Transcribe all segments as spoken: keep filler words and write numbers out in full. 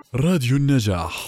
راديو النجاح.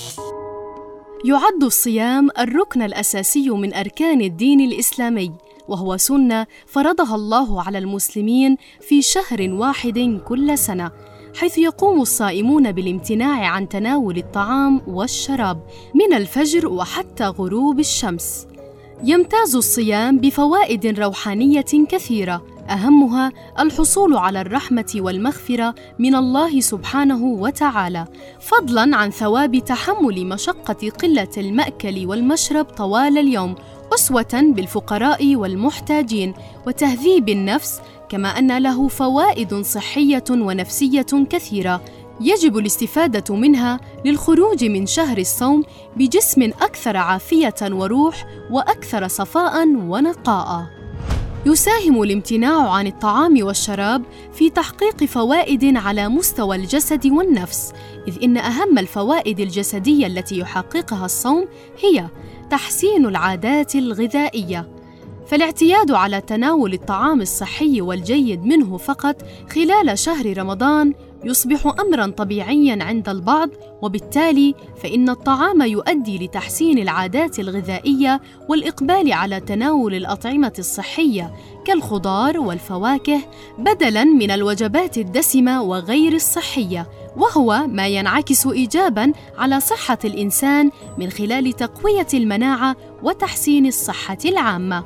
يعد الصيام الركن الأساسي من أركان الدين الإسلامي، وهو سنة فرضها الله على المسلمين في شهر واحد كل سنة، حيث يقوم الصائمون بالامتناع عن تناول الطعام والشراب من الفجر وحتى غروب الشمس. يمتاز الصيام بفوائد روحانية كثيرة، أهمها الحصول على الرحمة والمغفرة من الله سبحانه وتعالى، فضلاً عن ثواب تحمل مشقة قلة المأكل والمشرب طوال اليوم، أسوة بالفقراء والمحتاجين، وتهذيب النفس، كما أن له فوائد صحية ونفسية كثيرة يجب الاستفادة منها للخروج من شهر الصوم بجسم أكثر عافية وروح وأكثر صفاء ونقاء. يساهم الامتناع عن الطعام والشراب في تحقيق فوائد على مستوى الجسد والنفس، إذ إن أهم الفوائد الجسدية التي يحققها الصوم هي تحسين العادات الغذائية، فالاعتياد على تناول الطعام الصحي والجيد منه فقط خلال شهر رمضان يصبح أمراً طبيعياً عند البعض، وبالتالي فإن الطعام يؤدي لتحسين العادات الغذائية والإقبال على تناول الأطعمة الصحية كالخضار والفواكه بدلاً من الوجبات الدسمة وغير الصحية، وهو ما ينعكس إيجاباً على صحة الإنسان من خلال تقوية المناعة وتحسين الصحة العامة.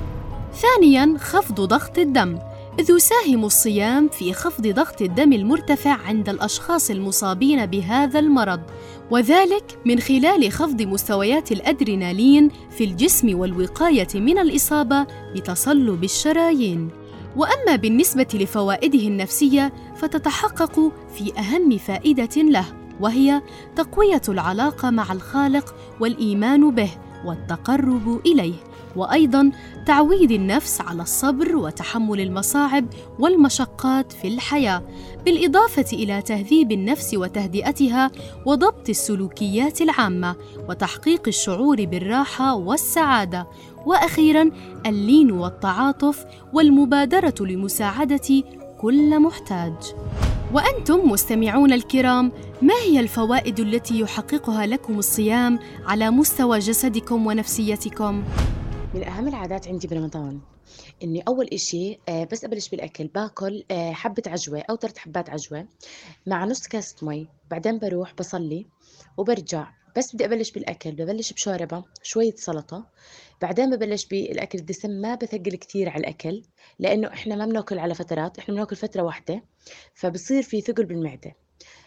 ثانياً، خفض ضغط الدم، إذ يساهم الصيام في خفض ضغط الدم المرتفع عند الأشخاص المصابين بهذا المرض، وذلك من خلال خفض مستويات الأدرينالين في الجسم والوقاية من الإصابة بتصلب الشرايين. وأما بالنسبة لفوائده النفسية فتتحقق في أهم فائدة له، وهي تقوية العلاقة مع الخالق والإيمان به والتقرب إليه، وأيضاً تعويد النفس على الصبر وتحمل المصاعب والمشقات في الحياة، بالإضافة إلى تهذيب النفس وتهدئتها وضبط السلوكيات العامة وتحقيق الشعور بالراحة والسعادة، وأخيراً اللين والتعاطف والمبادرة لمساعدة كل محتاج. وأنتم مستمعون الكرام، ما هي الفوائد التي يحققها لكم الصيام على مستوى جسدكم ونفسيتكم؟ من أهم العادات عندي برمضان إني أول إشي آه، بس أبلش بالأكل باكل آه، حبة عجوة أو ثلاث حبات عجوة مع نص كاسة مي، بعدين بروح بصلي وبرجع. بس بدي أبلش بالأكل ببلش بشوربة شوية سلطة، بعدين ببلش بالأكل الدسم. ما بثقل كتير على الأكل لأنه إحنا ما بناكل على فترات، إحنا بناكل فترة واحدة، فبصير في ثقل بالمعدة.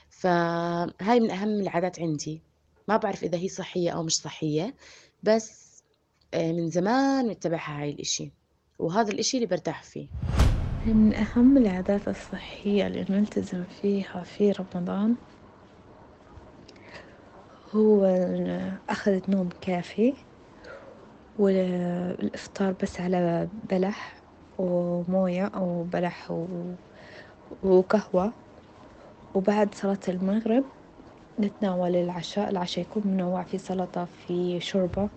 فهاي من أهم العادات عندي. ما بعرف إذا هي صحية أو مش صحية، بس آه، من زمان متبعها هاي الإشي، وهذا الإشي اللي برتاح فيه. من أهم العادات الصحية اللي نلتزم فيها في رمضان هو أخذ نوم كافي، والإفطار بس على بلح وموية أو بلح و- وقهوة، وبعد صلاة المغرب نتناول العشاء. العشاء يكون منوع، في سلطة، في شوربة،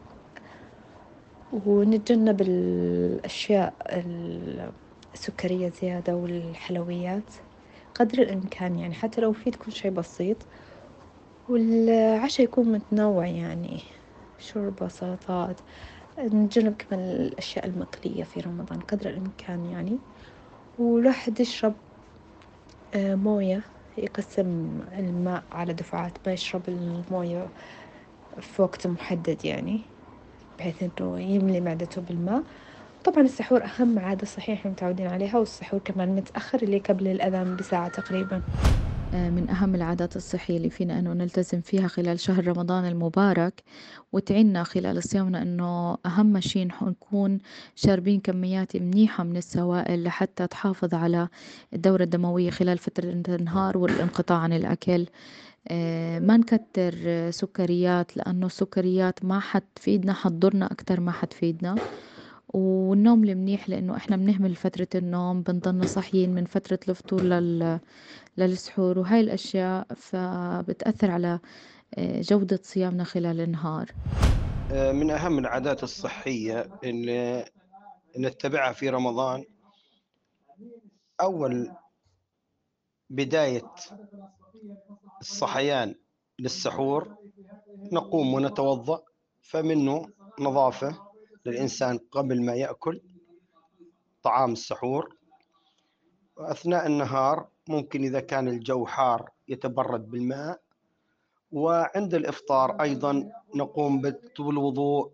ونتجنب الأشياء السكرية زيادة والحلويات قدر الإمكان، يعني حتى لو في تكون شيء بسيط. والعشاء يكون متنوع، يعني شوربة، سلطات. نتجنب كمان الأشياء المقلية في رمضان قدر الإمكان يعني. والواحد يشرب آه، موية، يقسم الماء على دفعات، ما يشرب الموية في وقت محدد يعني، بحيث إنه يملي معدته بالماء. طبعا السحور أهم عادة صحية إحنا متعودين عليها، والسحور كمان متأخر، اللي قبل الأذان بساعة تقريبا. من أهم العادات الصحية اللي فينا أنه نلتزم فيها خلال شهر رمضان المبارك وتعيننا خلال صيامنا، أنه أهم شيء نكون شاربين كميات منيحة من السوائل لحتى تحافظ على الدورة الدموية خلال فترة النهار والانقطاع عن الأكل. آه، ما نكتر آه، سكريات، لأنه السكريات ما حتفيدنا، حتضرنا أكتر ما حتفيدنا. والنوم المنيح، لأنه إحنا بنهمل فترة النوم، بنضلنا صاحيين من فترة الفطور لل... للسحور، وهاي الأشياء فبتأثر على آه، جودة صيامنا خلال النهار. من أهم العادات الصحية اللي نتبعها في رمضان، أول بداية الصحيان للسحور نقوم ونتوضأ، فمنه نظافة للإنسان قبل ما يأكل طعام السحور. وأثناء النهار ممكن إذا كان الجو حار يتبرد بالماء. وعند الإفطار أيضا نقوم بالوضوء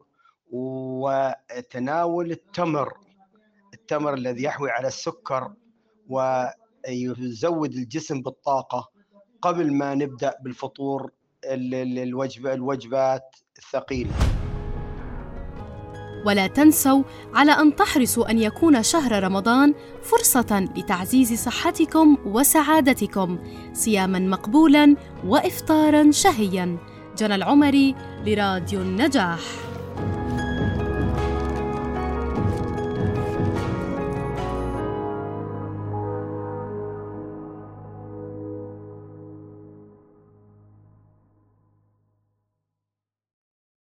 وتناول التمر التمر الذي يحوي على السكر ويزود الجسم بالطاقة قبل ما نبدأ بالفطور الوجبة الوجبات الثقيلة. ولا تنسوا على أن تحرصوا أن يكون شهر رمضان فرصة لتعزيز صحتكم وسعادتكم، صياماً مقبولاً وإفطاراً شهياً. جنى العمري لراديو النجاح.